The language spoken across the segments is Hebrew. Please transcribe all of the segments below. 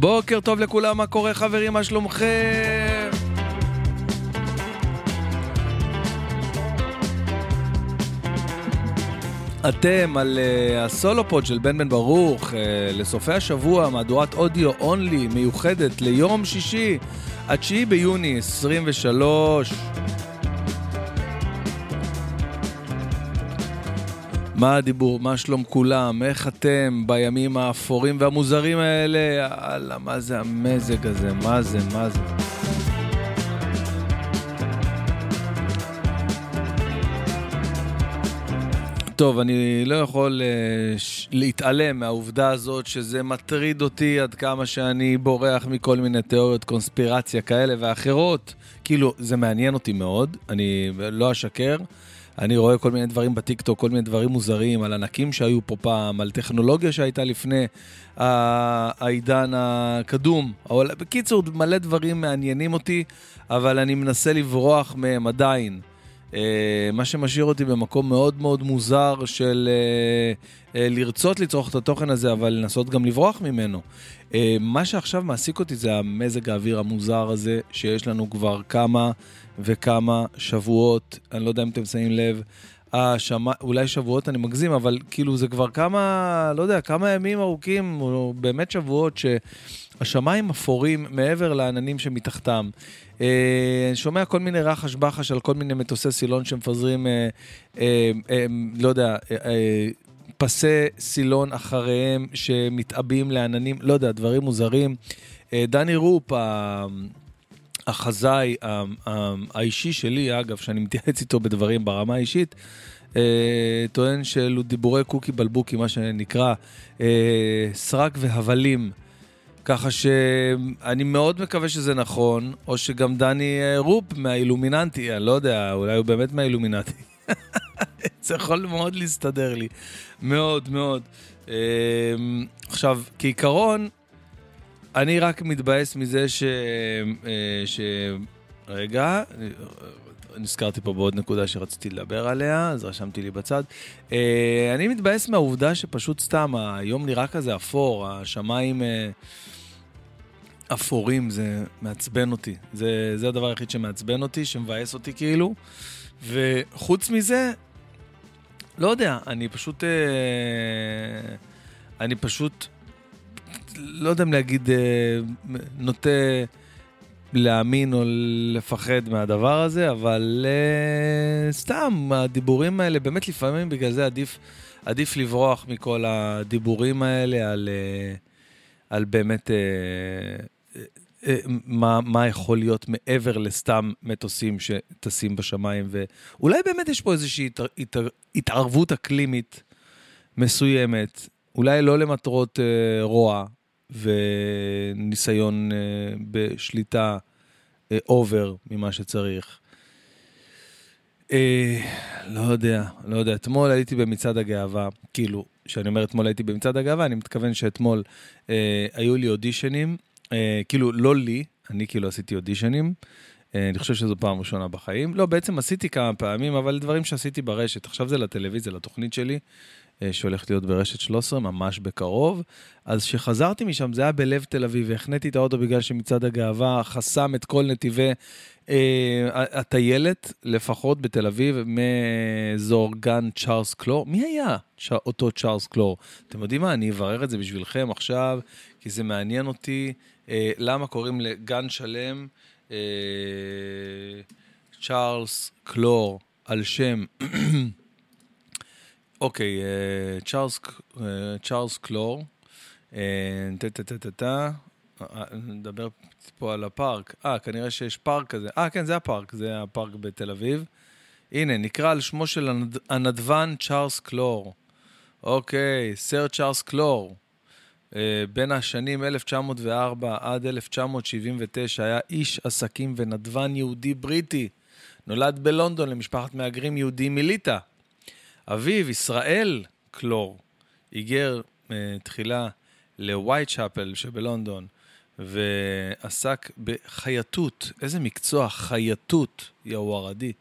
בוקר טוב לכולם, מה קורה חברים, מה שלומכם? אתם על הסולופוד של בן בן ברוך, לסופי השבוע, מהדורת אודיו אונלי מיוחדת ליום שישי, 9 ביוני 23. מה הדיבור, מה שלום כולם, איך אתם בימים האפורים והמוזרים האלה? יאללה, מה זה המזג הזה, מה זה? טוב, אני לא יכול להתעלם מהעובדה הזאת שזה מטריד אותי עד כמה שאני בורח מכל מיני תיאוריות קונספירציה כאלה ואחרות. כאילו, זה מעניין אותי מאוד, אני לא אשקר. אני רואה כל מיני דברים בטיקטוק, כל מיני דברים מוזרים, על ענקים שהיו פה פעם, על טכנולוגיה שהייתה לפני העידן הקדום. בקיצור, מלא דברים מעניינים אותי, אבל אני מנסה לברוח מהם עדיין. מה שמשאיר אותי במקום מאוד מאוד מוזר של לרצות לצרוך את התוכן הזה, אבל לנסות גם לברוח ממנו. מה שעכשיו מעסיק אותי זה המזג האוויר המוזר הזה, שיש לנו כבר כמה וכמה שבועות, אני לא יודע אם אתם שמים לב, אולי שבועות אני מגזים, אבל כאילו זה כבר כמה, לא יודע, כמה ימים ארוכים, או באמת שבועות שהשמיים אפורים מעבר לעננים שמתחתם. אני שומע כל מיני רחש בחש על כל מיני מטוסי סילון שמפזרים, לא יודע, פסי סילון אחריהם שמתאבים לעננים, לא יודע, דברים מוזרים. דני רופ, החזאי האישי שלי, אגב, שאני מתייעץ איתו בדברים ברמה האישית, טוען שאלו דיבורי קוקי בלבוקי, מה שנקרא, סרק והבלים. ככה שאני מאוד מקווה שזה נכון, או שגם דני רופ מהאילומיננטי, אני לא יודע, אולי הוא באמת מהאילומיננטי. זה יכול מאוד להסתדר לי. מאוד, מאוד. עכשיו, כעיקרון, אני רק מתבאס מזה רגע, נזכרתי פה בעוד נקודה שרציתי לדבר עליה, אז רשמתי לי בצד. אני מתבאס מהעובדה שפשוט סתם, היום נראה כזה אפור, השמיים אפורים, זה מעצבן אותי. זה הדבר היחיד שמעצבן אותי, שמבאס אותי כאילו. וחוץ מזה, לא יודע, אני פשוט לא יודע אם להגיד, נוטה להאמין או לפחד מהדבר הזה, אבל סתם, הדיבורים האלה, באמת לפעמים בגלל זה עדיף לברוח מכל הדיבורים האלה על באמת מה יכול להיות מעבר לסתם מטוסים שטסים בשמיים, ואולי באמת יש פה איזושהי התערבות אקלימית מסוימת, אולי לא למטרות רוע וניסיון בשליטה אובר ממה שצריך. לא יודע. אתמול הייתי במצעד הגאווה, כאילו, כשאני אומר אתמול הייתי במצעד הגאווה, אני מתכוון שאתמול היו לי אודישנים, כאילו לא לי, אני כאילו עשיתי אודישנים, אני חושב שזו פעם ראשונה בחיים. לא, בעצם עשיתי כמה פעמים, אבל דברים שעשיתי ברשת, עכשיו זה לטלוויזיה, לתוכנית שלי, שהולכת להיות ברשת 13, ממש בקרוב. אז שחזרתי משם, זה היה בלב תל אביב, והכנתי את האוטו בגלל שמצעד הגאווה חסם את כל נתיבי הטיילת, לפחות בתל אביב, מאזור גן צ'ארלס קלור. מי היה אותו צ'ארלס קלור? אתם יודעים מה? אני אברר את זה בשבילכם עכשיו, כי זה מעניין אותי. למה קוראים לגן שלם צ'ארלס קלור על שם... אוקיי, צ'ארלס קלור, נדבר פה על הפארק, כנראה שיש פארק כזה, כן, זה הפארק, זה הפארק בתל אביב, הנה, נקרא על שמו של הנדוון צ'ארלס קלור, אוקיי, סר צ'ארלס קלור, בין השנים 1904 עד 1979, היה איש עסקים ונדוון יהודי בריטי, נולד בלונדון למשפחת מהגרים יהודי מליטה, אביו, ישראל קלור, היגר תחילה לווייטשאפל שבלונדון, ועסק בחייטות. איזה מקצוע, חייטות, יאו הרדי.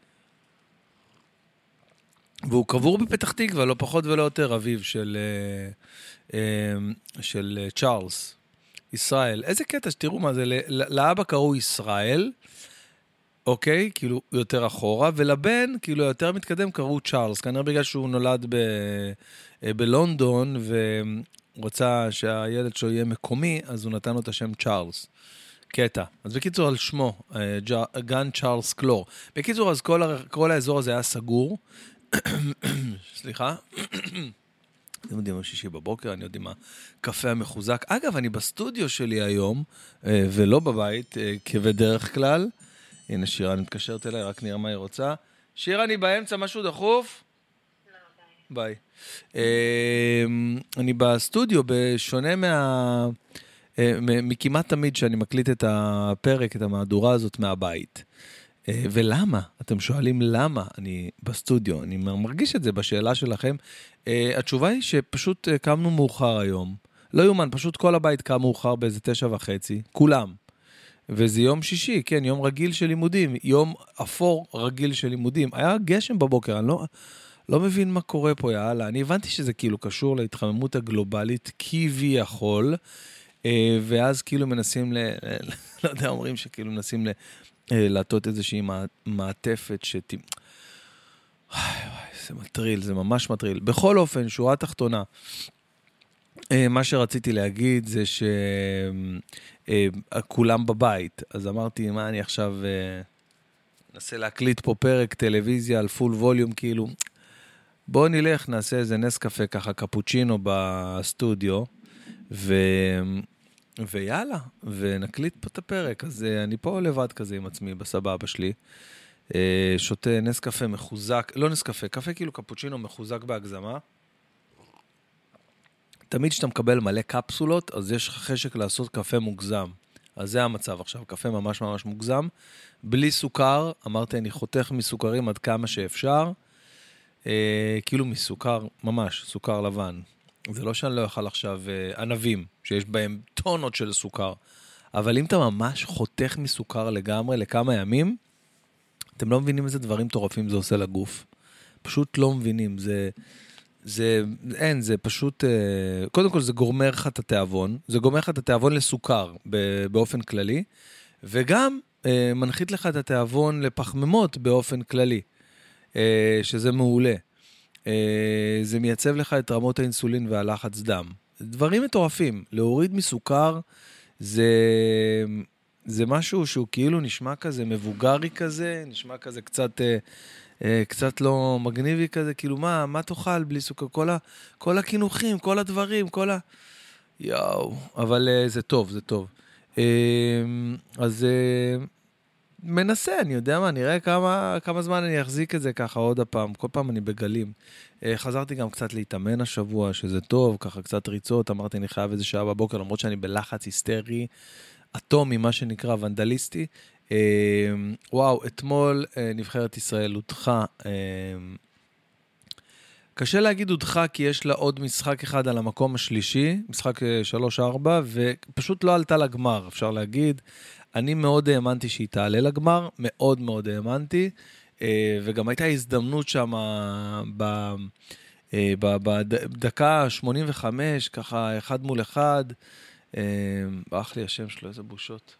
והוא קבור בפתח תקווה, לא פחות ולא יותר, אביו של צ'ארלס. ישראל. איזה קטע, שתראו מה זה, לאבא קראו ישראל, אוקיי? כאילו יותר אחורה, ולבן, כאילו יותר מתקדם, קראו צ'ארלס. כנראה בגלל שהוא נולד בלונדון, והוא רצה שהילד שלו יהיה מקומי, אז הוא נתן לו את השם צ'ארלס. קטע. אז בקיצור על שמו, גן צ'ארלס קלור. בקיצור, אז כל האזור הזה היה סגור. סליחה. אתם יודעים, יום שישי בבוקר, אני יודע מה, קפה המחוזק. אגב, אני בסטודיו שלי היום, ולא בבית, כבדרך כלל. הנה שירה, אני מתקשרת אליי, רק נראה מה היא רוצה. שירה, אני באמצע, משהו דחוף? לא, ביי. אני בסטודיו, בשונה מכמעט תמיד שאני מקליט את הפרק, את המהדורה הזאת מהבית. ולמה? אתם שואלים למה אני בסטודיו. אני מרגיש את זה בשאלה שלכם. התשובה היא שפשוט קמנו מאוחר היום. לא יומן, פשוט כל הבית קם מאוחר באיזה 9:30. כולם. וזה יום שישי, כן, יום רגיל של לימודים. יום אפור רגיל של לימודים. היה גשם בבוקר, אני לא מבין מה קורה פה, יאללה. אני הבנתי שזה כאילו קשור להתחממות הגלובלית כביכול, ואז כאילו מנסים לא יודע, אומרים שכאילו מנסים לעטות איזושהי מעטפת זה מטריל, זה ממש מטריל. בכל אופן, שורה תחתונה, מה שרציתי להגיד זה שכולם בבית, אז אמרתי, מה אני עכשיו נסה להקליט פה פרק טלוויזיה על פול ווליום, כאילו, בואו נלך, נעשה איזה נס קפה ככה, קפוצ'ינו בסטודיו, ויאללה, ונקליט פה את הפרק. אז אני פה לבד כזה עם עצמי, בסבבה שלי. שותה נס קפה מחוזק, לא נס קפה, קפה כאילו קפוצ'ינו מחוזק בהגזמה. תמיד שאתה מקבל מלא קפסולות, אז יש חשק לעשות קפה מוגזם. אז זה המצב עכשיו, קפה ממש ממש מוגזם. בלי סוכר, אמרתי, אני חותך מסוכרים עד כמה שאפשר. כאילו מסוכר, ממש, סוכר לבן. זה לא שאני לא אוכל עכשיו ענבים, שיש בהם טונות של סוכר. אבל אם אתה ממש חותך מסוכר לגמרי לכמה ימים, אתם לא מבינים איזה דברים טורפים זה עושה לגוף. פשוט לא מבינים. זה פשוט, קודם כל זה גורמר לך את התיאבון. זה גורמר לך את התיאבון לסוכר באופן כללי, וגם מנחית לך את התיאבון לפחמימות באופן כללי, שזה מעולה. זה מייצב לך את רמות האינסולין והלחץ דם. דברים מטורפים. להוריד מסוכר זה משהו שהוא כאילו נשמע כזה מבוגרי כזה, נשמע כזה קצת לא מגניבי כזה, כאילו מה תאכל בלי סוכר? כל הכינוחים, כל הדברים, יאו, אבל זה טוב, זה טוב. אז מנסה, אני יודע מה, נראה כמה זמן אני אחזיק את זה ככה עוד הפעם, כל פעם אני בגלים. חזרתי גם קצת להתאמן השבוע, שזה טוב, ככה קצת ריצות, אמרתי אני חייב איזה שעה בבוקר, למרות שאני בלחץ היסטרי, אטומי, מה שנקרא ונדליסטי. וואו, אתמול נבחרת ישראל הודחה, קשה להגיד הודחה כי יש לה עוד משחק אחד על המקום השלישי, משחק 3-4, ופשוט לא עלתה לגמר, אפשר להגיד. אני מאוד האמנתי שהיא תעלה לגמר, מאוד מאוד האמנתי, וגם הייתה הזדמנות שם בדקה 85, ככה 1 מול 1, ברח לי השם שלו, איזה בושות.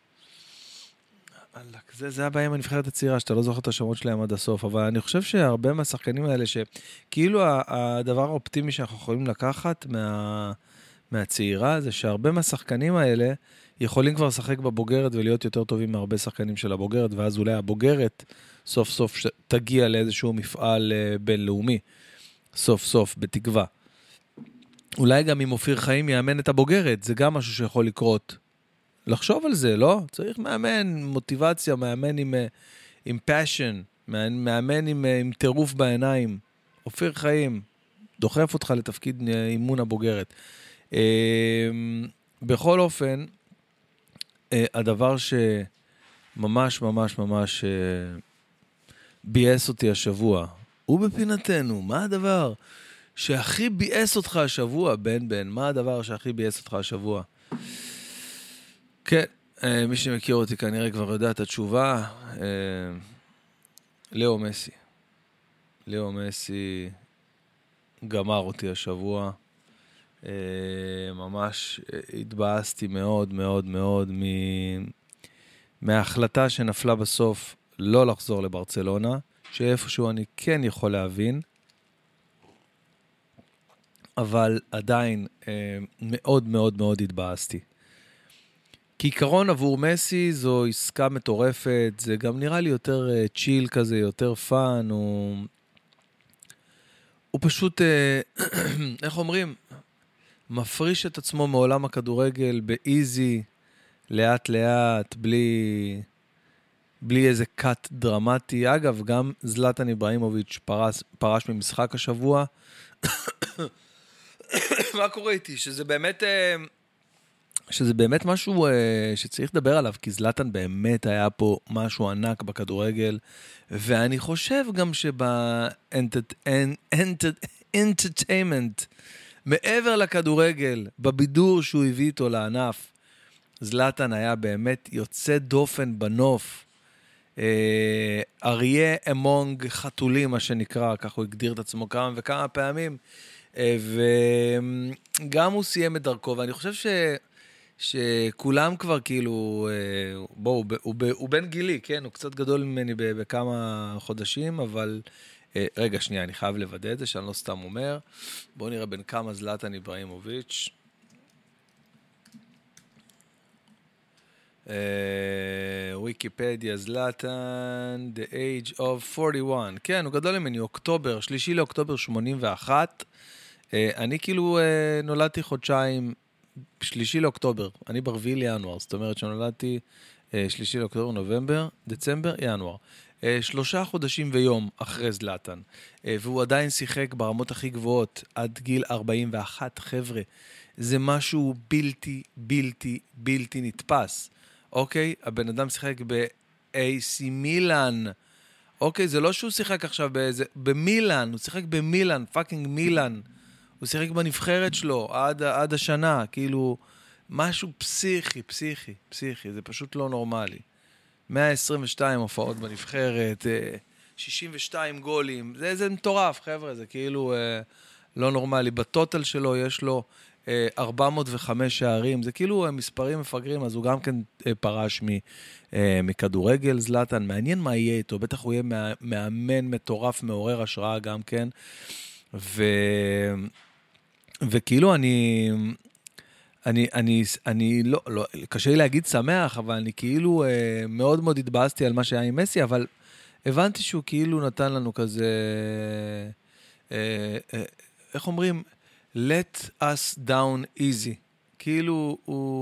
זה הבעיה עם הנבחרת הצעירה, שאתה לא זוכר את השמות שלהם עד הסוף, אבל אני חושב שהרבה מהשחקנים האלה, שכאילו הדבר האופטימי שאנחנו יכולים לקחת מהצעירה, זה שהרבה מהשחקנים האלה יכולים כבר לשחק בבוגרת ולהיות יותר טובים מהרבה שחקנים של הבוגרת, ואז אולי הבוגרת סוף סוף תגיע לאיזשהו מפעל בינלאומי, סוף סוף, בתקווה. אולי גם אם אופיר חיים יאמן את הבוגרת, זה גם משהו שיכול לקרות. לחשוב על זה, לא? צריך מאמן מוטיבציה, מאמן עם passion, מאמן עם טירוף בעיניים. אופיר חיים, דוחף אותך לתפקיד אימון הבוגרת. בכל אופן, הדבר שממש ממש ממש בייס אותי השבוע, הוא בפינתנו, מה הדבר שהכי בייס אותך השבוע, בן, מה הדבר שהכי בייס אותך השבוע? כן, מי שמכיר אותי כנראה כבר יודע את התשובה. לאו מסי גמר אותי השבוע. ממש התבאסתי מאוד מאוד מאוד מההחלטה שנפלה בסוף לא לחזור לברצלונה, שאיפשהו אני כן יכול להבין, אבל עדיין מאוד מאוד מאוד התבאסתי. כעיקרון עבור מסי זו עסקה מטורפת, זה גם נראה לי יותר צ'יל כזה, יותר פאן, הוא פשוט, איך אומרים, מפריש את עצמו מעולם הכדורגל באיזי, לאט לאט, בלי איזה קאט דרמטי. אגב, גם זלטן איברהימוביץ' פרש ממשחק השבוע. מה קורה איתי? שזה באמת משהו שצריך לדבר עליו, כי זלטן באמת היה פה משהו ענק בכדורגל, ואני חושב גם שבאנטרטיימנט, מעבר לכדורגל, בבידור שהוא הביא איתו לענף, זלטן היה באמת יוצא דופן בנוף, אריה אמונג חתולים, מה שנקרא, כך הוא הגדיר את עצמו כמה וכמה פעמים, וגם הוא סיים את דרכו, ואני חושב שכולם כבר כאילו, הוא בן גילי, כן? הוא קצת גדול ממני בכמה חודשים, אבל רגע, שנייה, אני חייב לוודא את זה, שאני לא סתם אומר. בואו נראה בין כמה זלטן איברהימוביץ'. ויקיפדיה, זלטן, the age of 41. כן, הוא גדול ממני, אוקטובר, 3 לאוקטובר 81. אני כאילו נולדתי חודשיים, 3 לאוקטובר, אני ברביעי לינואר, זאת אומרת שנולדתי 3 לאוקטובר, נובמבר, דצמבר, ינואר. 3 חודשים ויום אחרי זלטן, והוא עדיין שיחק ברמות הכי גבוהות עד גיל 41, חבר'ה. זה משהו בלתי נתפס. אוקיי? הבן אדם שיחק ב-AC מילאן. אוקיי? זה לא שהוא שיחק עכשיו במילאן, הוא שיחק במילאן, פאקינג מילאן. הוא שיחק בנבחרת שלו עד השנה, כאילו, משהו פסיכי, זה פשוט לא נורמלי. 122 הופעות בנבחרת, 62 גולים, זה מטורף, חבר'ה, זה כאילו לא נורמלי. בטוטל שלו יש לו 405 שערים, זה כאילו מספרים מפגרים, אז הוא גם כן פרש מכדורגל, זלטן. מעניין מה יהיה איתו, בטח הוא יהיה מאמן מטורף, מעורר השראה גם כן, וכאילו אני לא, קשה לי להגיד שמח, אבל אני כאילו מאוד מאוד התבאסתי על מה שהיה עם מסי, אבל הבנתי שהוא כאילו נתן לנו כזה, איך אומרים? Let us down easy. כאילו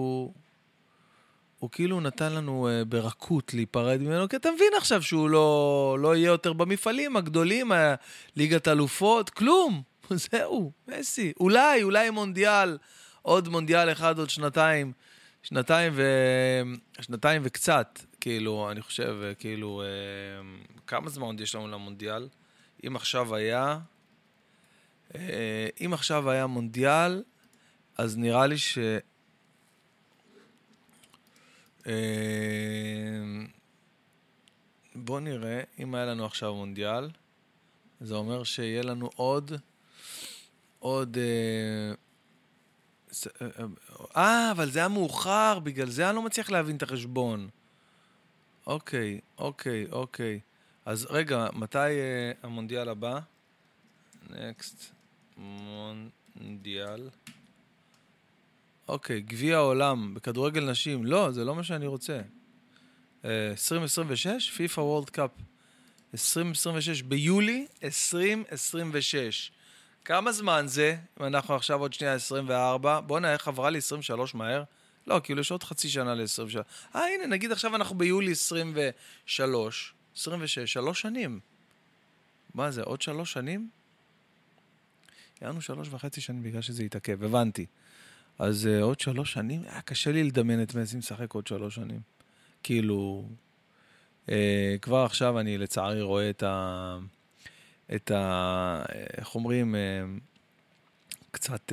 הוא כאילו נתן לנו ברכות להיפרד ממנו, כי אתה מבין עכשיו שהוא לא יהיה יותר במפעלים הגדולים, ליגת אלופות, כלום. זהו, מסי. אולי מונדיאל, עוד מונדיאל אחד, עוד שנתיים וקצת, כאילו, אני חושב, כאילו, כמה זמן יש לנו למונדיאל? אם עכשיו היה מונדיאל, אז נראה לי בוא נראה, אם היה לנו עכשיו מונדיאל, זה אומר שיהיה לנו עוד אבל זה היה מאוחר, בגלל זה אני לא מצליח להבין את החשבון. אוקיי. אז רגע, מתי המונדיאל הבא? Next מונדיאל. אוקיי, גביע העולם בכדורגל נשים. לא, זה לא מה שאני רוצה. 2026, פיפא וורלד קאפ. 2026, ביולי 2026. כמה זמן זה? אם אנחנו עכשיו עוד שנייה 24. בוא נראה, איך עברה לי 23 מהר? לא, כאילו יש עוד חצי שנה ל-23. הנה, נגיד עכשיו אנחנו ביולי 23. 26, 3 שנים. מה זה, עוד 3 שנים? יענו 3.5 שנים בגלל שזה יתעכב, הבנתי. אז עוד 3 שנים, קשה לי לדמיין את מסי משחק עוד 3 שנים. כאילו, כבר עכשיו אני לצערי רואה איך אומרים, קצת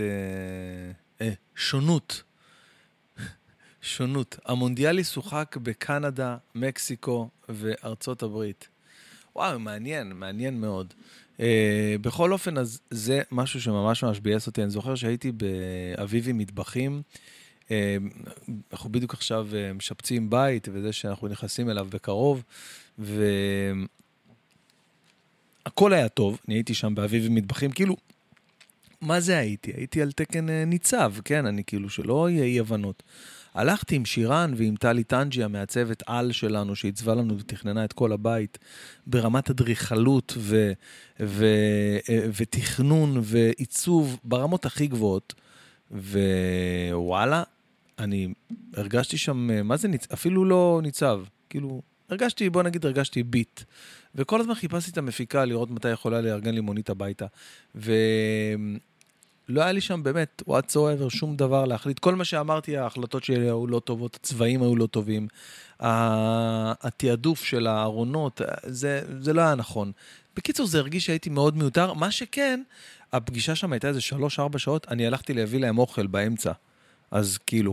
שונות. המונדיאל ישוחק בקנדה, מקסיקו וארצות הברית. וואו, מעניין, מעניין מאוד. בכל אופן, אז זה משהו שממש ממש בייס אותי. אני זוכר שהייתי באביבי מטבחים, אנחנו בדיוק עכשיו משפצים בית, וזה שאנחנו נכנסים אליו בקרוב, והכל היה טוב, אני הייתי שם באביבי מטבחים, כאילו, מה זה הייתי? הייתי על תקן ניצב, כן, אני כאילו שלא יהיה אי הבנות. הלכתי עם שירן ועם טלי טנג'י, המעצבת על שלנו, שהצווה לנו ותכננה את כל הבית, ברמת אדריכלות ותכנון ועיצוב, ברמות הכי גבוהות. ווואלה, אני הרגשתי שם, מה זה ניצב? אפילו לא ניצב, כאילו, הרגשתי, בוא נגיד, הרגשתי ביט. וכל הזמן חיפשתי את המפיקה, לראות מתי יכולה לארגן לי מונית הביתה. לא היה לי שם באמת, whatsoever, שום דבר להחליט. כל מה שאמרתי, ההחלטות שלי היו לא טובות, הצבעים היו לא טובים, התיעדוף של הארונות, זה לא היה נכון. בקיצור, זה הרגיש שהייתי מאוד מיותר. מה שכן, הפגישה שם הייתה איזה 3-4 שעות, אני הלכתי להביא להם אוכל באמצע. אז כאילו,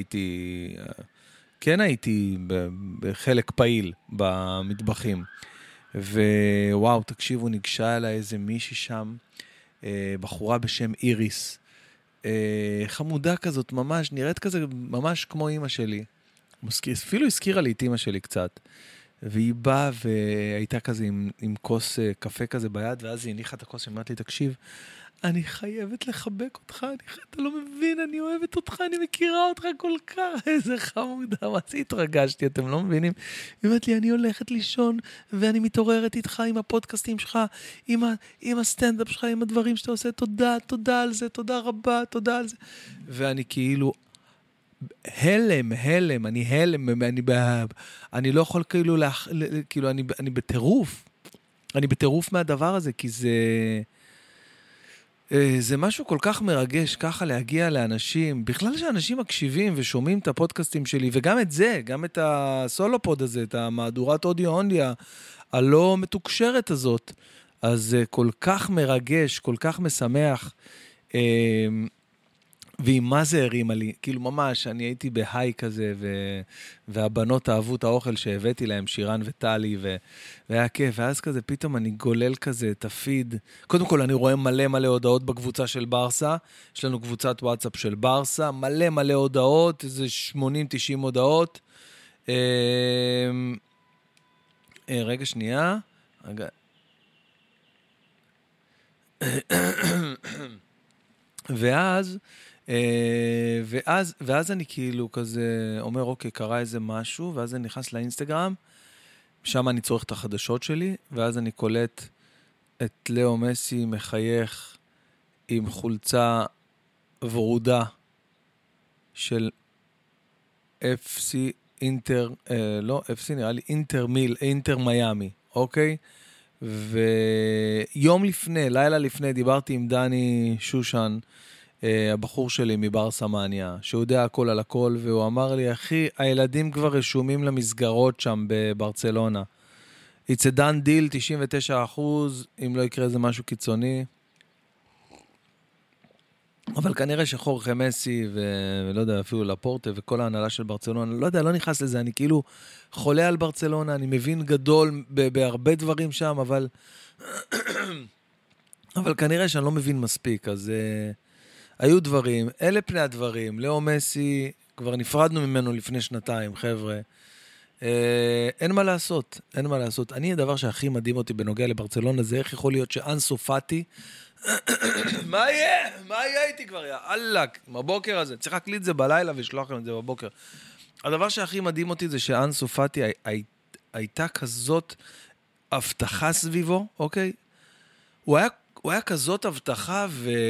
כן הייתי בחלק פעיל במטבחים. ווואו, תקשיבו, ניגשה אליי איזה מישהי שם, בחורה בשם איריס, חמודה כזאת ממש, נראית כזה ממש כמו אמא שלי, אפילו הזכירה לי את אמא שלי קצת, והיא באה והייתה כזה עם כוס קפה כזה ביד, ואז היא הניחה את הכוס ואמרת לי, תקשיב, אני חייבת לחבק אותך, אתה לא מבין, אני אוהבת אותך, אני מכירה אותך כל כך, איזה חמודה, מה זה התרגשתי, אתם לא מבינים? היא אומרת לי, אני הולכת לישון, ואני מתעוררת איתך עם הפודקאסטים שלך, עם הסטנדאפ שלך, עם הדברים שאתה עושה, תודה על זה, תודה רבה, תודה על זה. ואני כאילו, הלם, אני הלם, אני לא יכול כאילו, אני בטירוף מהדבר הזה, כי זה משהו כל כך מרגש, ככה להגיע לאנשים, בכלל שאנשים מקשיבים ושומעים את הפודקאסטים שלי, וגם את זה, גם את הסולופוד הזה, את המהדורת אודיו אונדיה, הלא מתוקשרת הזאת, אז זה כל כך מרגש, כל כך משמח, ועם מה זה הרימה לי, כאילו ממש, אני הייתי בהיי כזה, והבנות אהבו את האוכל שהבאתי להם, שירן וטלי, והיה כיף, ואז כזה פתאום אני גולל כזה את הפיד, קודם כל אני רואה מלא הודעות בקבוצה של ברסה, יש לנו קבוצת וואטסאפ של ברסה, מלא הודעות, איזה 80-90 הודעות, רגע שנייה, ואז אני כאילו כזה אומר, אוקיי, קרה איזה משהו, ואז אני נכנס לאינסטגרם, שם אני צורך את החדשות שלי, ואז אני קולט את לאו מסי מחייך עם חולצה ורודה של FC אינטר, לא FC נראה לי, אינטר מיאמי, אוקיי? ויום לפני, לילה לפני, דיברתי עם דני שושן, הבחור שלי מבר סמניה, שהוא יודע הכל על הכל, והוא אמר לי, אחי, הילדים כבר רשומים למסגרות שם בברצלונה. It's a done deal, 99%, אם לא יקרה איזה משהו קיצוני. אבל כנראה שחורכה מסי, ולא יודע, אפילו לפורטה, וכל ההנהלה של ברצלונה, לא יודע, לא נכנס לזה, אני כאילו חולה על ברצלונה, אני מבין גדול בהרבה דברים שם, אבל כנראה שאני לא מבין מספיק, אז היו דברים, אלה פני הדברים, לאו מסי, כבר נפרדנו ממנו לפני שנתיים, חבר'ה, אין מה לעשות. אני, הדבר שהכי מדהים אותי בנוגע לברצלונה, זה איך יכול להיות שאנסו פאטי, מה יהיה איתי כבר, יא אללק, בבוקר הזה, צריך להקליט את זה בלילה ולשלוח לכם את זה בבוקר. הדבר שהכי מדהים אותי זה שאנסו פאטי הייתה כזאת הבטחה סביבו, אוקיי? הוא היה כזאת הבטחה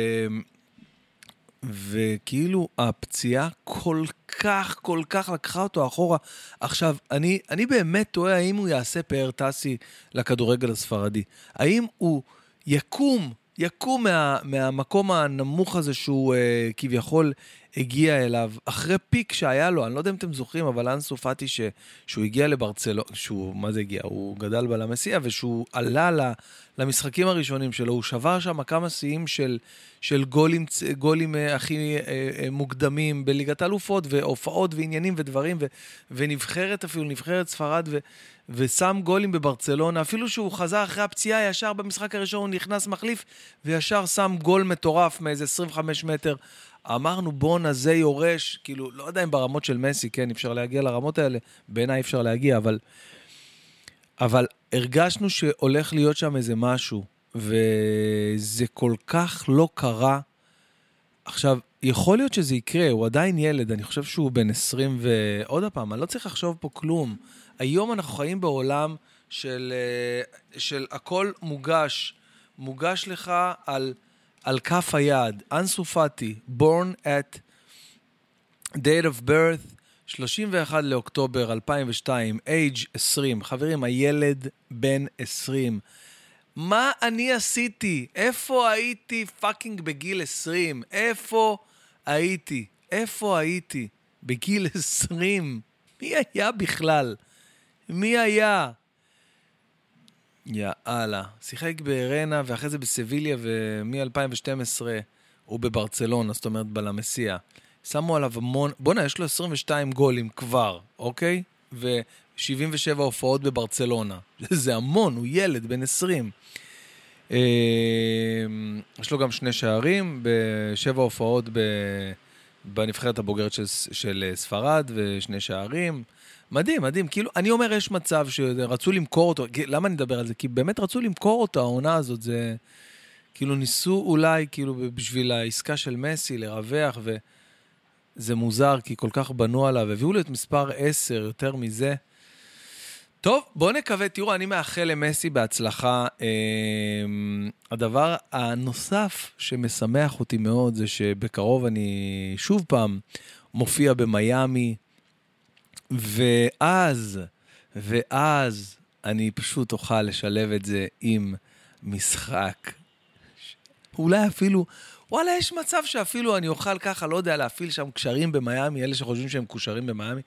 וכאילו הפציעה כל כך לקחה אותו אחורה. עכשיו, אני באמת תוהה האם הוא יעשה פאר טסי לכדורגל הספרדי. האם הוא יקום מהמקום הנמוך הזה שהוא כביכול הגיע אליו, אחרי פיק שהיה לו, אני לא יודע אם אתם זוכרים, אבל אנסו פאטי שהוא הגיע לברצלונה, מה זה הגיע? הוא גדל בלמסיה, ושהוא עלה למשחקים הראשונים שלו, הוא שבר שם כמה שיאים של גולים הכי מוקדמים בליגת האלופות, והופעות ועניינים ודברים, ונבחרת אפילו, נבחרת ספרד, ושם גולים בברצלונה, אפילו שהוא חזר אחרי הפציעה, ישר במשחק הראשון הוא נכנס מחליף, וישר שם גול מטורף מאיזה 25 מטר. אמרנו, בונה, זה יורש, כאילו, לא יודע אם ברמות של מסי, כן, אפשר להגיע לרמות האלה, בעיניי אפשר להגיע, אבל הרגשנו שהולך להיות שם איזה משהו, וזה כל כך לא קרה. עכשיו, יכול להיות שזה יקרה, הוא עדיין ילד, אני חושב שהוא בן 20 ועוד הפעם, אני לא צריך לחשוב פה כלום. היום אנחנו חיים בעולם של הכל מוגש לך על כף היד. אנסו פאטי, born at date of birth, 31 לאוקטובר 2002, age 20. חברים, הילד בן 20. מה אני עשיתי? איפה הייתי פאקינג בגיל 20? איפה הייתי בגיל 20? מי היה בכלל? מי היה? יאללה. שיחק ברנה ואחרי זה בסביליה, ומ-2012 הוא בברצלונה, זאת אומרת בלמסיה. שמו עליו המון, בונה, יש לו 22 גולים כבר, אוקיי? ו-77 הופעות בברצלונה. זה המון, הוא ילד בן 20. יש לו גם 2 שערים, ב7 הופעות בנבחרת הבוגרת של ספרד, ו2 שערים. מדהים, מדהים. כאילו, אני אומר, יש מצב שרצו למכור אותו. למה אני מדבר על זה? כי באמת רצו למכור אותו, העונה הזאת. זה, כאילו, ניסו אולי, כאילו, בשביל העסקה של מסי, לרווח, וזה מוזר, כי כל כך בנו עליו. הביאו לו את מספר 10, יותר מזה. טוב, בואו נקווה. תראו, אני מאחל למסי בהצלחה. הדבר הנוסף שמשמח אותי מאוד, זה שבקרוב אני שוב פעם מופיע במיימי, ואז אני פשוט אוכל לשלב את זה עם משחק. אולי אפילו, וואלה, יש מצב שאפילו אני אוכל ככה, לא יודע, להפעיל שם קשרים במיימי, אלה שחושבים שהם קושרים במיימי.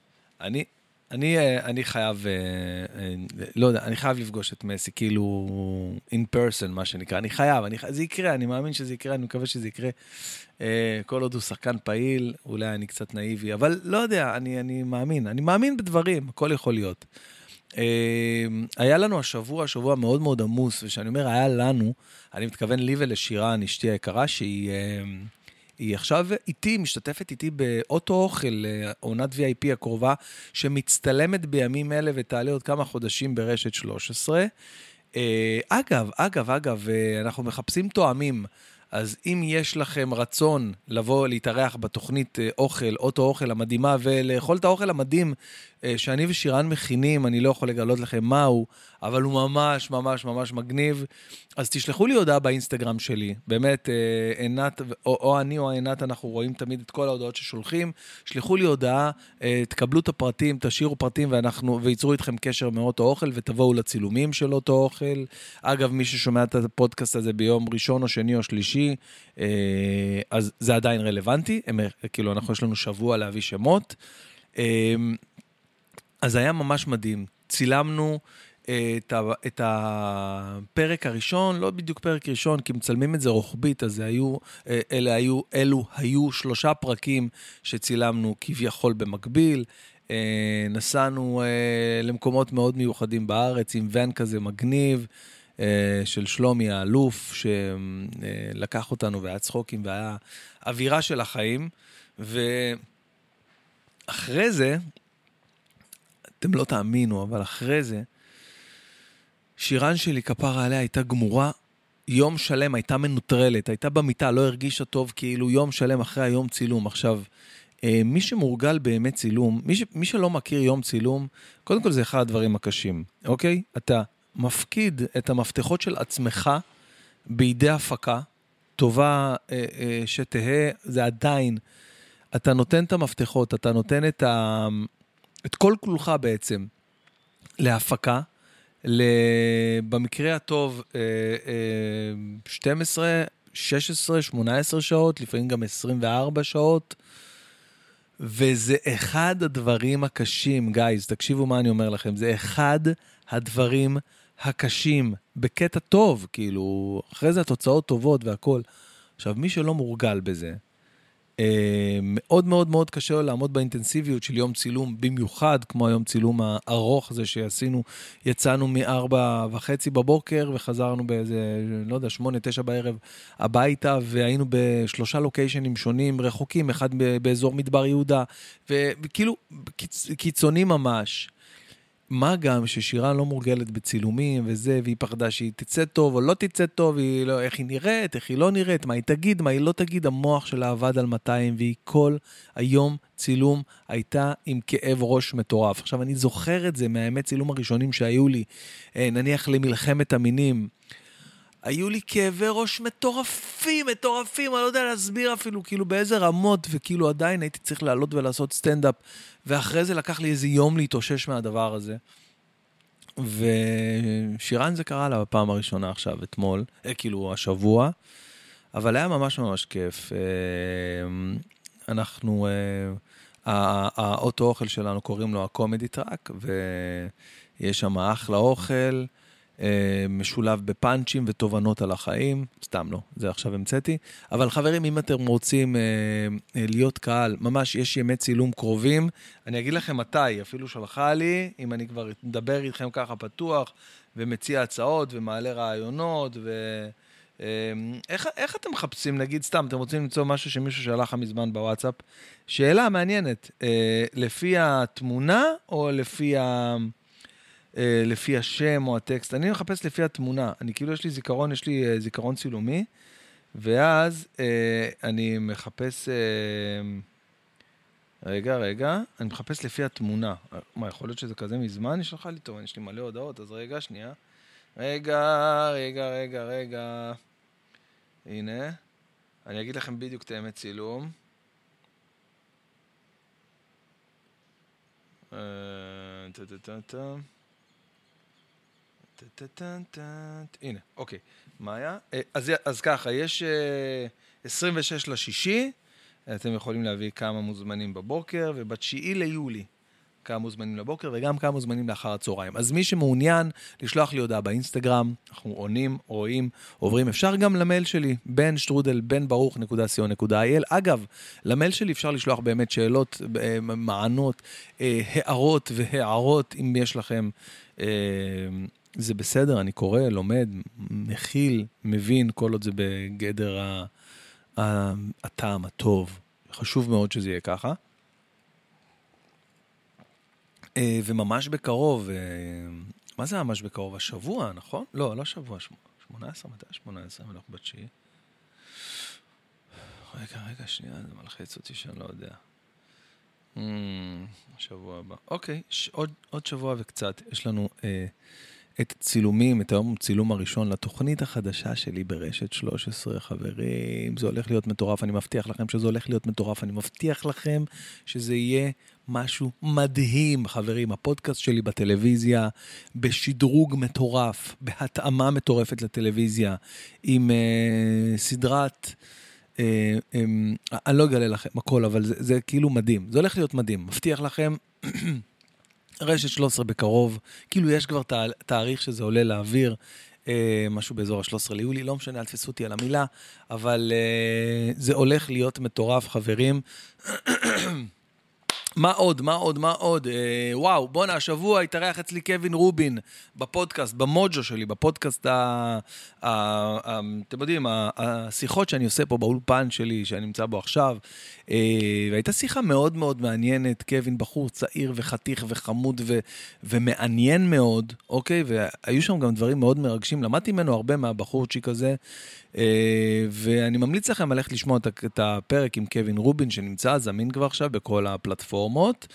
אני חייב, לא יודע, אני חייב לפגוש את מסי, כאילו, in person, מה שנקרא. אני חייב, זה יקרה, אני מאמין שזה יקרה, אני מקווה שזה יקרה. כל עוד הוא שחקן פעיל, אולי אני קצת נאיבי, אבל לא יודע, אני מאמין בדברים, הכל יכול להיות. היה לנו שבוע מאוד מאוד עמוס, ושאני אומר, היה לנו, אני מתכוון לי ולשירן, אשתי היקרה, שהיא עכשיו משתתפת איתי באוטו אוכל, עונת VIP הקרובה, שמצטלמת בימים אלה, ותעלה עוד כמה חודשים ברשת 13. אגב, אנחנו מחפשים תואמים, אז אם יש לכם רצון לבוא להתארח בתוכנית אוטו אוכל המדהימה, ולאכול את האוכל המדהים שאני ושירן מכינים, אני לא יכול לגלות לכם מהו, אבל הוא ממש ממש ממש מגניב, אז תשלחו לי הודעה באינסטגרם שלי, באמת, עינת, או אני או עינת, אנחנו רואים תמיד את כל ההודעות ששולחים, שלחו לי הודעה, תקבלו את הפרטים, תשאירו פרטים, ויצרו איתכם קשר מאוטו אוכל, ותבואו לצילומים של אותו אוכל. אגב, מי ששומע את הפודקאסט הזה ביום ראשון או שני או שלישי, אז זה עדיין רלוונטי, כאילו יש לנו שבוע להביא שמות, אז היה ממש מדהים, צילמנו את הפרק הראשון, לא בדיוק פרק ראשון, כי מצלמים את זה רוחבית, אז אלו היו 3 פרקים שצילמנו כביכול במקביל, נסענו למקומות מאוד מיוחדים בארץ, עם ון כזה מגניב, של שלומי האלוף, שלקח אותנו והיה צחוקים, והיה אווירה של החיים, ואחרי זה, אתם לא תאמינו, אבל אחרי זה, שירן שלי כפרה עליה הייתה גמורה, יום שלם הייתה מנוטרלת, הייתה במיטה, לא הרגישה טוב, כאילו יום שלם אחרי היום צילום. עכשיו, מי שמורגל באמת צילום, מי שלא מכיר יום צילום, קודם כל זה אחד הדברים הקשים, אוקיי? אתה מפקיד את המפתחות של עצמך בידי הפקה, טובה שתהה, זה עדיין, אתה נותן את המפתחות, אתה נותן את כל כולך בעצם להפקה, במקרה הטוב 12 16-18 שעות, לפעמים גם 24 שעות, וזה אחד הדברים הקשים, גייז, תקשיבו מה אני אומר לכם, זה אחד הדברים הקשים, בקטע טוב, כאילו, אחרי זה התוצאות טובות והכל. עכשיו, מי שלא מורגל בזה, מאוד מאוד מאוד קשה לו לעמוד באינטנסיביות של יום צילום, במיוחד כמו היום צילום הארוך הזה שעשינו, יצאנו מ-4:30 בבוקר וחזרנו באיזה, לא יודע, 8-9 בערב הביתה, והיינו בשלושה לוקיישנים שונים, רחוקים, אחד באזור מדבר יהודה, וכאילו קיצוני ממש. מה גם ששירן לא מורגלת בצילומים וזה, והיא פחדה שהיא תצא טוב או לא תצא טוב, איך היא נראית, איך היא לא נראית, מה היא תגיד, מה היא לא תגיד, המוח שלה עבד על 200, והיא כל היום צילום הייתה עם כאב ראש מטורף. עכשיו אני זוכר את זה מהאמת צילום הראשונים שהיו לי, נניח למלחמת המינים, היו לי כאבי ראש מטורפים, אני לא יודע להסביר אפילו כאילו באיזה רמות, וכאילו עדיין הייתי צריך לעלות ולעשות סטנדאפ, ואחרי זה לקח לי איזה יום להתאושש מהדבר הזה. ושירן זה קרה לה בפעם הראשונה עכשיו, אתמול, כאילו השבוע, אבל היה ממש ממש כיף. אנחנו, האוטו אוכל שלנו קוראים לו הקומדי טראק, ויש שם אחלה אוכל, משולב בפאנצ'ים ותובנות על החיים, סתם לא, זה עכשיו המצאתי, אבל חברים, אם אתם רוצים להיות קהל, ממש יש ימי צילום קרובים, אני אגיד לכם מתי, אפילו שלחה לי, אם אני כבר מדבר איתכם ככה פתוח, ומציע הצעות ומעלה רעיונות, איך אתם מחפשים, נגיד סתם, אתם רוצים למצוא משהו שמישהו שלח מזמן בוואטסאפ, שאלה מעניינת, לפי התמונה או לפי השם או הטקסט, אני מחפש לפי התמונה, אני כאילו יש לי זיכרון צילומי, ואז אני מחפש, רגע, אני מחפש לפי התמונה, מה, יכול להיות שזה כזה מזמן, יש לך לי טוב, יש לי מלא הודעות, אז רגע, שנייה, רגע, הנה, אני אגיד לכם בדיוק את האמת צילום, הנה, אוקיי. מה היה? אז ככה, יש 26/6, אתם יכולים להביא כמה מוזמנים בבוקר, וב-9 ליולי כמה מוזמנים לבוקר, וגם כמה מוזמנים לאחר הצהריים. אז מי שמעוניין לשלוח לי הודעה באינסטגרם, אנחנו עונים, רואים, עוברים, אפשר גם למייל שלי, ben.strudel.co.il. אגב, למייל שלי אפשר לשלוח באמת שאלות, מענות, הערות והערות, אם יש לכם, זה בסדר, אני קורא, לומד, מכיל, מבין, כל עוד זה בגדר הטעם הטוב. חשוב מאוד שזה יהיה ככה. וממש בקרוב, מה זה ממש בקרוב? השבוע, נכון? לא שבוע, 18, מתי 18? אנחנו ב9. רגע, שנייה, זה מלחיץ אותי שאני לא יודע. שבוע הבא. אוקיי, עוד שבוע וקצת. יש לנו את צילומים, את היום צילום הראשון לתוכנית החדשה שלי ברשת 13, חברים. זה הולך להיות מטורף, אני מבטיח לכם שזה הולך להיות מטורף, אני מבטיח לכם שזה יהיה משהו מדהים, חברים. הפודקאסט שלי בטלוויזיה, בשדרוג מטורף, בהתאמה מטורפת לטלוויזיה, עם סדרת, אני לא אגלה לכם הכל, אבל זה כאילו מדהים. זה הולך להיות מדהים, מבטיח לכם. רשת 13 בקרוב, כאילו יש כבר תאריך שזה עולה לאוויר, משהו באזור ה-13 ליולי, לא משנה, אל תפסו אותי על המילה, אבל זה הולך להיות מטורף, חברים. מה עוד? וואו, בוא'נה, השבוע התארח אצלי קווין רובין בפודקאסט, במוג'ו שלי, בפודקאסט, אתם יודעים, השיחות שאני עושה פה באולפן שלי, שאני נמצא בו עכשיו, והייתה שיחה מאוד מאוד מעניינת, קווין בחור צעיר וחתיך וחמוד ומעניין מאוד, אוקיי? והיו שם גם דברים מאוד מרגשים, למדתי ממנו הרבה מהבחורצ'יק הזה, ואני ממליץ לכם ללכת לשמוע את הפרק עם קווין רובין, שנמצא זמין כבר עכשיו בכל הפלטפורמות,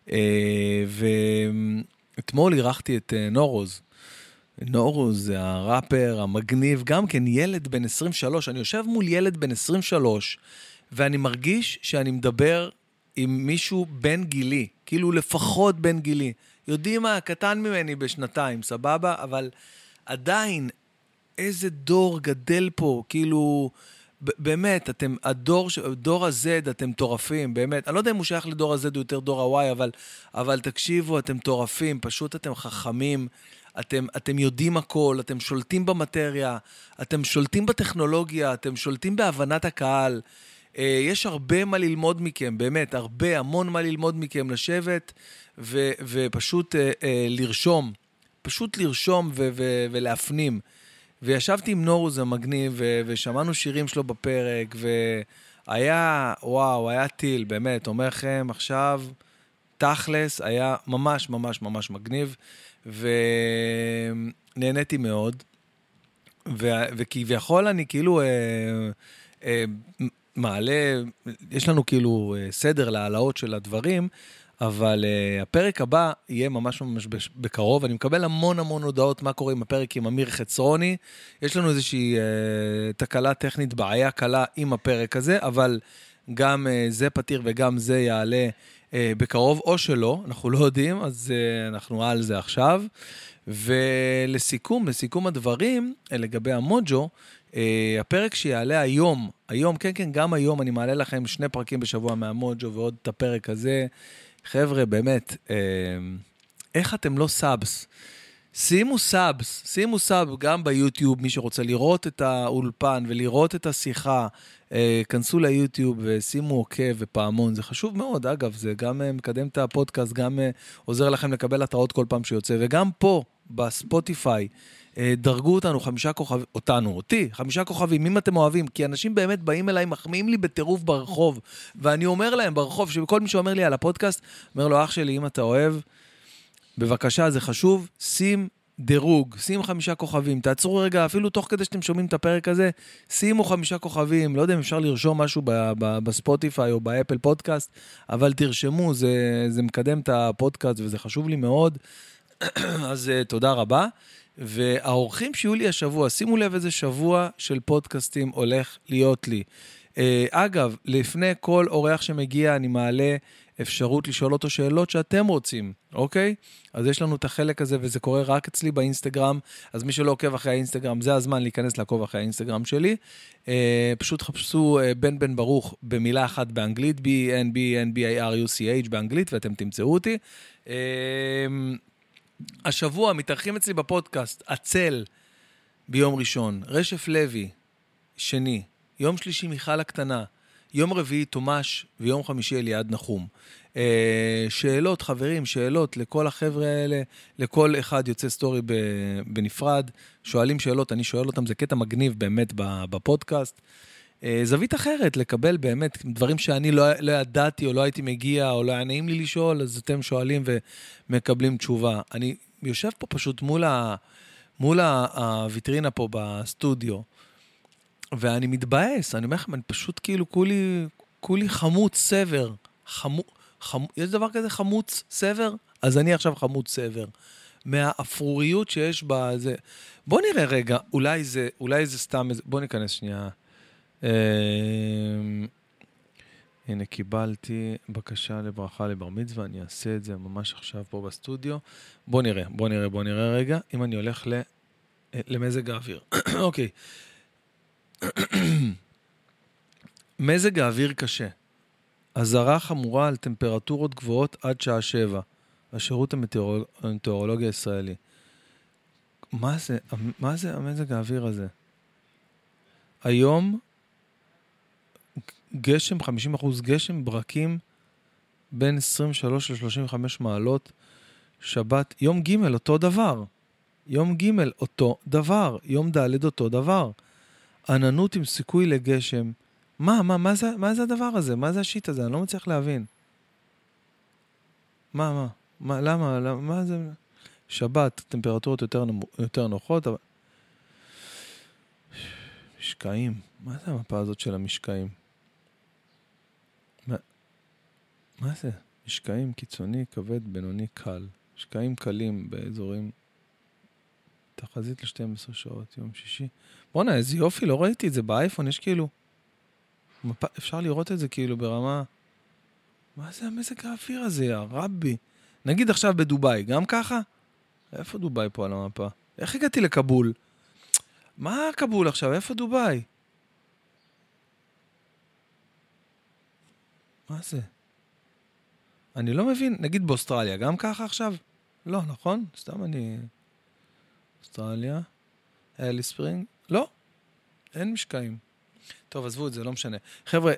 ואתמול אירחתי את נורוז. נורוז זה הראפר המגניב, גם כן ילד בן 23, אני יושב מול ילד בן 23, ואני מרגיש שאני מדבר עם מישהו בן גילי, כאילו לפחות בן גילי. יודעים מה, קטן ממני בשנתיים, סבבה? אבל עדיין איזה דור גדל פה, כאילו, באמת, אתם, דור ה-Z, אתם טורפים, באמת. אני לא יודע אם הוא שייך לדור ה-Z, הוא יותר דור ה-Y, אבל תקשיבו, אתם טורפים, פשוט אתם חכמים, אתם יודעים הכל, אתם שולטים במטריה, אתם שולטים בטכנולוגיה, אתם שולטים בהבנת הקהל. יש הרבה מה ללמוד מכם, באמת, המון מה ללמוד מכם, לשבת ופשוט לרשום, פשוט לרשום ולהפנים. וישבתי עם נורוז המגניב, ושמענו שירים שלו בפרק, והיה, וואו, היה טיל, באמת, אומר לכם, עכשיו, תכלס, היה ממש ממש ממש מגניב, ונהניתי מאוד, וכביכול אני כאילו מעלה, יש לנו כאילו סדר להעלאות של הדברים, אבל הפרק הבא יהיה ממש ממש בקרוב. אני מקבל המון המון הודעות מה קורה עם הפרק עם אמיר חצרוני. יש לנו איזושהי תקלה טכנית, בעיה קלה עם הפרק הזה, אבל גם זה פתיר וגם זה יעלה בקרוב, או שלא, אנחנו לא יודעים, אז אנחנו על זה עכשיו. ולסיכום הדברים, לגבי המוג'ו, הפרק שיעלה היום, כן, גם היום אני מעלה לכם 2 פרקים בשבוע מהמוג'ו ועוד את הפרק הזה. חבר'ה, באמת, איך אתם לא סאבס? שימו סאב גם ביוטיוב, מי שרוצה לראות את האולפן ולראות את השיחה, כנסו ליוטיוב ושימו עוקב ופעמון, זה חשוב מאוד, אגב, זה גם מקדם את הפודקאסט, גם עוזר לכם לקבל התראות כל פעם שיוצא, וגם פה, בספוטיפיי, דרגו אותנו 5 כוכבים, אותי, 5 כוכבים, אם אתם אוהבים, כי אנשים באמת באים אליי, מחמיאים לי בטירוף ברחוב, ואני אומר להם ברחוב, שכל מי שאומר לי על הפודקאסט, אומר לו, אח שלי, אם אתה אוהב, בבקשה, זה חשוב, שים דירוג, שים 5 כוכבים, תעצרו רגע, אפילו תוך כדי שאתם שומעים את הפרק הזה, שימו 5 כוכבים, לא יודע אם אפשר לרשום משהו בספוטיפיי או באפל פודקאסט, אבל תרשמו, זה מקדם את הפודקאסט וזה חשוב לי מאוד, אז תודה רבה. והאורחים שיהיו לי השבוע, שימו לב איזה שבוע של פודקאסטים הולך להיות לי. אגב, לפני כל אורח שמגיע, אני מעלה אפשרות לשאול אותו שאלות שאתם רוצים, אוקיי? אז יש לנו את החלק הזה, וזה קורה רק אצלי באינסטגרם, אז מי שלא עוקב אחרי האינסטגרם, זה הזמן להיכנס לעקוב אחרי האינסטגרם שלי. פשוט חפשו בן ברוך במילה אחת באנגלית, BNBNBARUCH באנגלית, ואתם תמצאו אותי. השבוע מתארחים אצלי בפודקאסט, עצל ביום ראשון, רשף לוי, שני, יום שלישי מיכל הקטנה, יום רביעי תומש ויום חמישי אליעד נחום. שאלות, חברים, שאלות לכל החבר'ה האלה, לכל אחד יוצא סטורי בנפרד, שואלים שאלות, אני שואל אותם, זה קטע מגניב באמת בפודקאסט. זווית אחרת, לקבל באמת דברים שאני לא ידעתי או לא הייתי מגיע או לא היה נעים לי לשאול, אז אתם שואלים ומקבלים תשובה. אני יושב פה פשוט מול הוויטרינה פה בסטודיו, ואני מתבאס, אני אומר לכם, אני פשוט כאילו כולי חמוץ סבר. יש דבר כזה חמוץ סבר? אז אני עכשיו חמוץ סבר. מהאפרוריות שיש בזה. בוא נראה רגע, אולי זה סתם, בוא ניכנס שנייה. הנה, קיבלתי בקשה לברכה לבר מצווה, אני אעשה את זה ממש עכשיו פה בסטודיו. בוא נראה רגע, אם אני הולך למזג האוויר. אוקיי. מזג האוויר קשה. אזהרה חמורה על טמפרטורות גבוהות עד שעה 7. השירות המטאורולוגי הישראלי. מה זה המזג האוויר הזה? היום גשם, 50% גשם, ברקים בין 23 ל-35 מעלות. שבת, יום ג' אותו דבר. יום ג' אותו דבר. יום ד' אותו דבר. עננות עם סיכוי לגשם. מה זה הדבר הזה? מה זה השיט הזה? אני לא מצליח להבין. למה? מה זה? שבת, טמפרטורות יותר נוחות, אבל... משקעים. מה זה המפה הזאת של המשקעים? מה זה? משקעים קיצוני, כבד, בינוני, קל. משקעים קלים באזורים... תחזית ל-12 שעות, יום שישי. בוא'נה, איזה יופי, לא ראיתי את זה באייפון, יש כאילו... אפשר לראות את זה כאילו ברמה... מה זה המזג האוויר הזה, יא רבי? נגיד עכשיו בדוביי, גם ככה? איפה דוביי פה על המפה? איך הגעתי לקבול? מה קבול עכשיו? איפה דוביי? מה זה? אני לא מבין, נגיד באוסטרליה, גם ככה עכשיו? לא, נכון? סתם אני... אוסטרליה, אלי ספרינג? לא, אין משקעים. טוב, עזבו את זה, לא משנה. חבר'ה,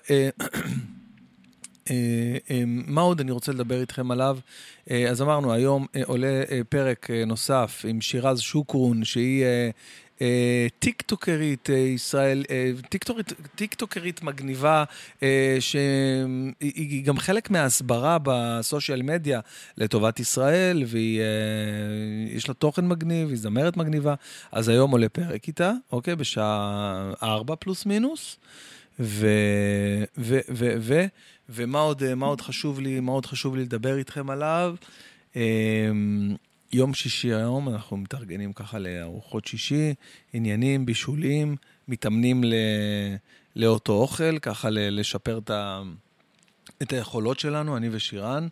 מה עוד אני רוצה לדבר איתכם עליו? אז אמרנו, היום עולה פרק נוסף עם שירז שוקרון, שהיא טיקטוקרית ישראל, טיקטוקרית מגניבה, שהיא גם חלק מההסברה בסושיאל מדיה לטובת ישראל, ויש לה תוכן מגניב, היא זמרת מגניבה, אז היום עולה פרק איתה, אוקיי, בשעה 4 פלוס מינוס, ומה עוד חשוב לי, לדבר איתכם עליו? יום שישי היום, אנחנו מתארגנים ככה לארוחות שישי, עניינים, בישולים, מתאמנים לאותו אוכל, ככה לשפר את היכולות שלנו, אני ושירן.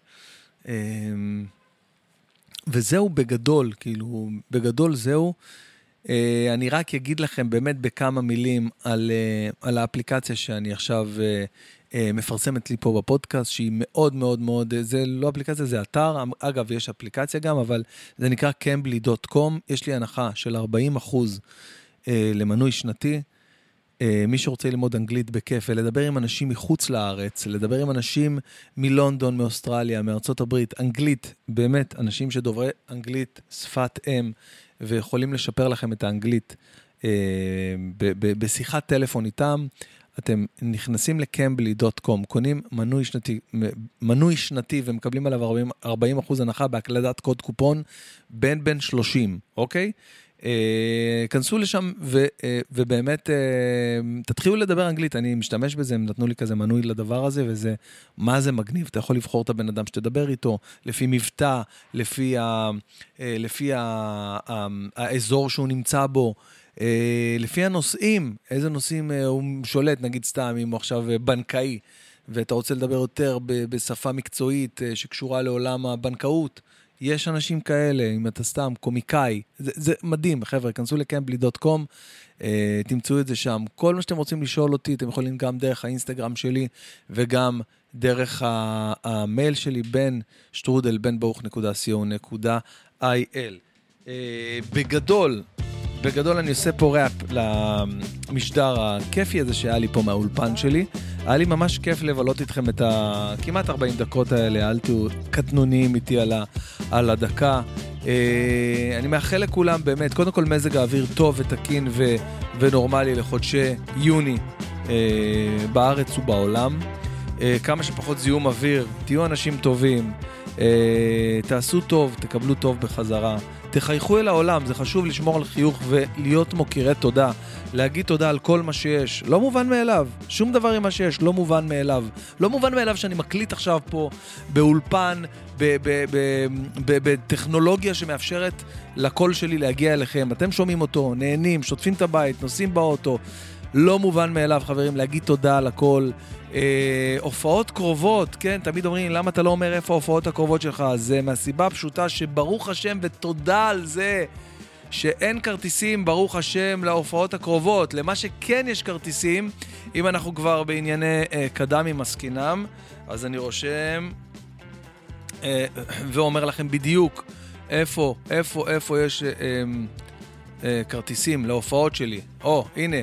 וזהו בגדול, כאילו, בגדול זהו. אני רק אגיד לכם באמת בכמה מילים על האפליקציה שאני עכשיו מפרסמת לי פה בפודקאסט, שהיא מאוד מאוד מאוד, זה לא אפליקציה, זה אתר, אגב, יש אפליקציה גם, אבל זה נקרא cambly.com, יש לי הנחה של 40% למנוי שנתי, מי שרוצה ללמוד אנגלית בכיף, ולדבר עם אנשים מחוץ לארץ, לדבר עם אנשים מלונדון, מאוסטרליה, מארצות הברית, אנגלית, באמת, אנשים שדוברי אנגלית, שפת אם, ויכולים לשפר לכם את האנגלית בשיחת טלפון איתם, אתם נכנסים ל-cambly.com, קונים מנוי שנתי ומקבלים עליו 40% הנחה בהקלדת קוד קופון בן 30, אוקיי? כנסו לשם ובאמת תתחילו לדבר אנגלית, אני משתמש בזה, הם נתנו לי כזה מנוי לדבר הזה, וזה, מה זה מגניב, אתה יכול לבחור את הבן אדם שתדבר איתו, לפי מבטא, לפי האזור שהוא נמצא בו, לפי הנושאים, איזה נושאים הוא שולט, נגיד סתם, אם הוא עכשיו בנקאי, ואתה רוצה לדבר יותר בשפה מקצועית שקשורה לעולם הבנקאות, יש אנשים כאלה, אם אתה סתם קומיקאי, זה מדהים, חבר'ה, כנסו ל-cambly.com, תמצאו את זה שם. כל מה שאתם רוצים לשאול אותי, אתם יכולים גם דרך האינסטגרם שלי, וגם דרך המייל שלי, ben.ברוך.co.il. בגדול אני עושה פה ראפ למשדר הכיפי הזה שהיה לי פה מהאולפן שלי. היה לי ממש כיף לבלות איתכם את כמעט 40 דקות האלה, אל תהיו קטנוניים איתי על הדקה. אני מאחל לכולם באמת, קודם כל מזג האוויר טוב ותקין ונורמלי לחודשי יוני בארץ ובעולם. כמה שפחות זיהום אוויר, תהיו אנשים טובים, תעשו טוב, תקבלו טוב בחזרה. תחייכו אל העולם, זה חשוב לשמור על חיוך ולהיות מוקירי תודה, להגיד תודה על כל מה שיש, לא מובן מאליו, שום דבר עם מה שיש, לא מובן מאליו, לא מובן מאליו שאני מקליט עכשיו פה באולפן, בטכנולוגיה שמאפשרת לקול שלי להגיע אליכם, אתם שומעים אותו, נהנים, שוטפים את הבית, נוסעים באוטו, לא מובן מאליו חברים, להגיד תודה על הכל. הופעות קרובות, כן, תמיד אומרים למה אתה לא אומר איפה ההופעות הקרובות שלך, זה מהסיבה פשוטה שברוך השם ותודה על זה שאין כרטיסים ברוך השם להופעות הקרובות. למה שכן יש כרטיסים, אם אנחנו כבר בענייני קדמים מסקינם, אז אני רושם ואומר לכם בדיוק איפה יש כרטיסים להופעות שלי. הנה,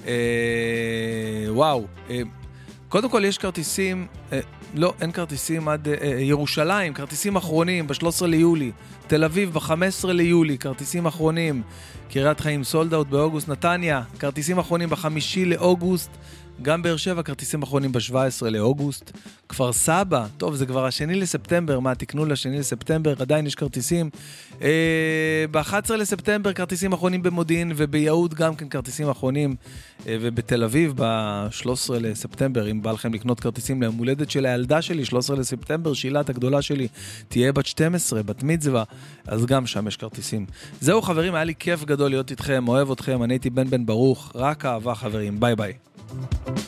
וואו, קודם כל יש כרטיסים, לא, אין כרטיסים עד ירושלים, כרטיסים אחרונים ב-13 ליולי, תל אביב ב-15 ליולי, כרטיסים אחרונים, קריית חיים סולד אאוט באוגוסט, נתניה, כרטיסים אחרונים ב-5 לאוגוסט, גם באר שבע, כרטיסים אחרונים ב-17 לאוגוסט, כפר סבא, טוב, זה כבר השני לספטמבר, מה תקנו לשני לספטמבר, עדיין יש כרטיסים, ב-11 לספטמבר כרטיסים אחרונים במודיעין, וביהוד גם כן כרטיסים אחרונים, ובתל אביב ב-13 לספטמבר, אם בא לכם לקנות כרטיסים ליום הולדת של הילדה שלי, 13 לספטמבר, שילת הגדולה שלי, תהיה בת 12, בת מצווה, אז גם שם יש כרטיסים. זהו חברים, היה לי כיף גדול להיות איתכם, אוהב אתכם, אני הייתי בן ברוך, רק אהבה חברים, ביי ביי.